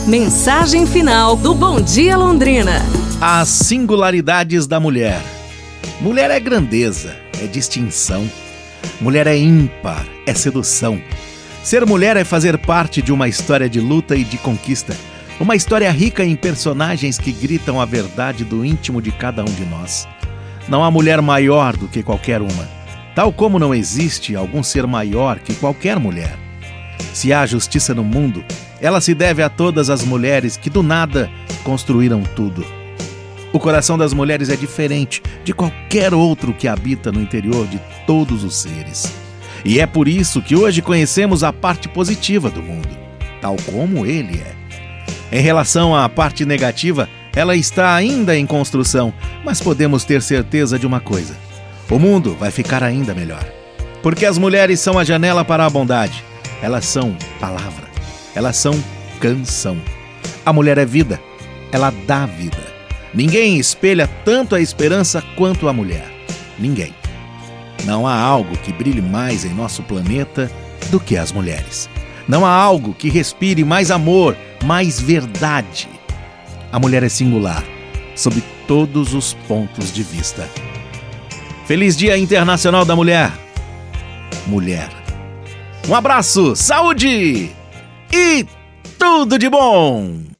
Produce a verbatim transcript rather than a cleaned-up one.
Mensagem final do Bom Dia Londrina. As singularidades da mulher. Mulher é grandeza, é distinção. Mulher é ímpar, é sedução. Ser mulher é fazer parte de uma história de luta e de conquista. Uma história rica em personagens que gritam a verdade do íntimo de cada um de nós. Não há mulher maior do que qualquer uma, tal como não existe algum ser maior que qualquer mulher. Se há justiça no mundo, ela se deve a todas as mulheres que do nada construíram tudo. O coração das mulheres é diferente de qualquer outro que habita no interior de todos os seres. E é por isso que hoje conhecemos a parte positiva do mundo, tal como ele é. Em relação à parte negativa, ela está ainda em construção, mas podemos ter certeza de uma coisa: o mundo vai ficar ainda melhor. Porque as mulheres são a janela para a bondade. Elas são palavra, elas são canção. A mulher é vida, ela dá vida. Ninguém espelha tanto a esperança quanto a mulher. Ninguém. Não há algo que brilhe mais em nosso planeta do que as mulheres. Não há algo que respire mais amor, mais verdade. A mulher é singular, sob todos os pontos de vista. Feliz Dia Internacional da Mulher. Mulher. Um abraço, saúde e tudo de bom!